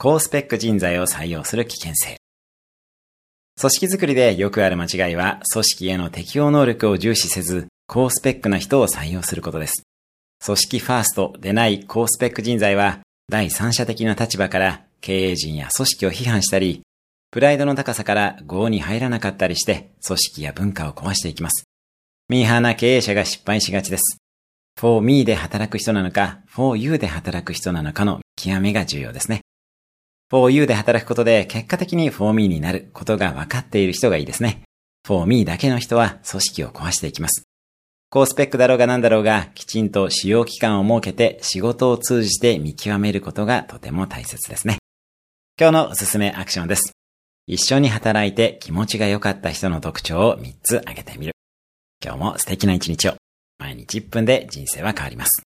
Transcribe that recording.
高スペック人材を採用する危険性。組織づくりでよくある間違いは、組織への適応能力を重視せず、高スペックな人を採用することです。組織ファーストでない高スペック人材は、第三者的な立場から経営陣や組織を批判したり、プライドの高さから業に入らなかったりして、組織や文化を壊していきます。ミーハーな経営者が失敗しがちです。for me で働く人なのか、for you で働く人なのかの見極めが重要ですね。for you で働くことで結果的に for me になることが分かっている人がいいですね。for me だけの人は組織を壊していきます。高スペックだろうが何だろうが、きちんと使用期間を設けて仕事を通じて見極めることがとても大切ですね。今日のおすすめアクションです。一緒に働いて気持ちが良かった人の特徴を3つ挙げてみる。今日も素敵な一日を。毎日1分で人生は変わります。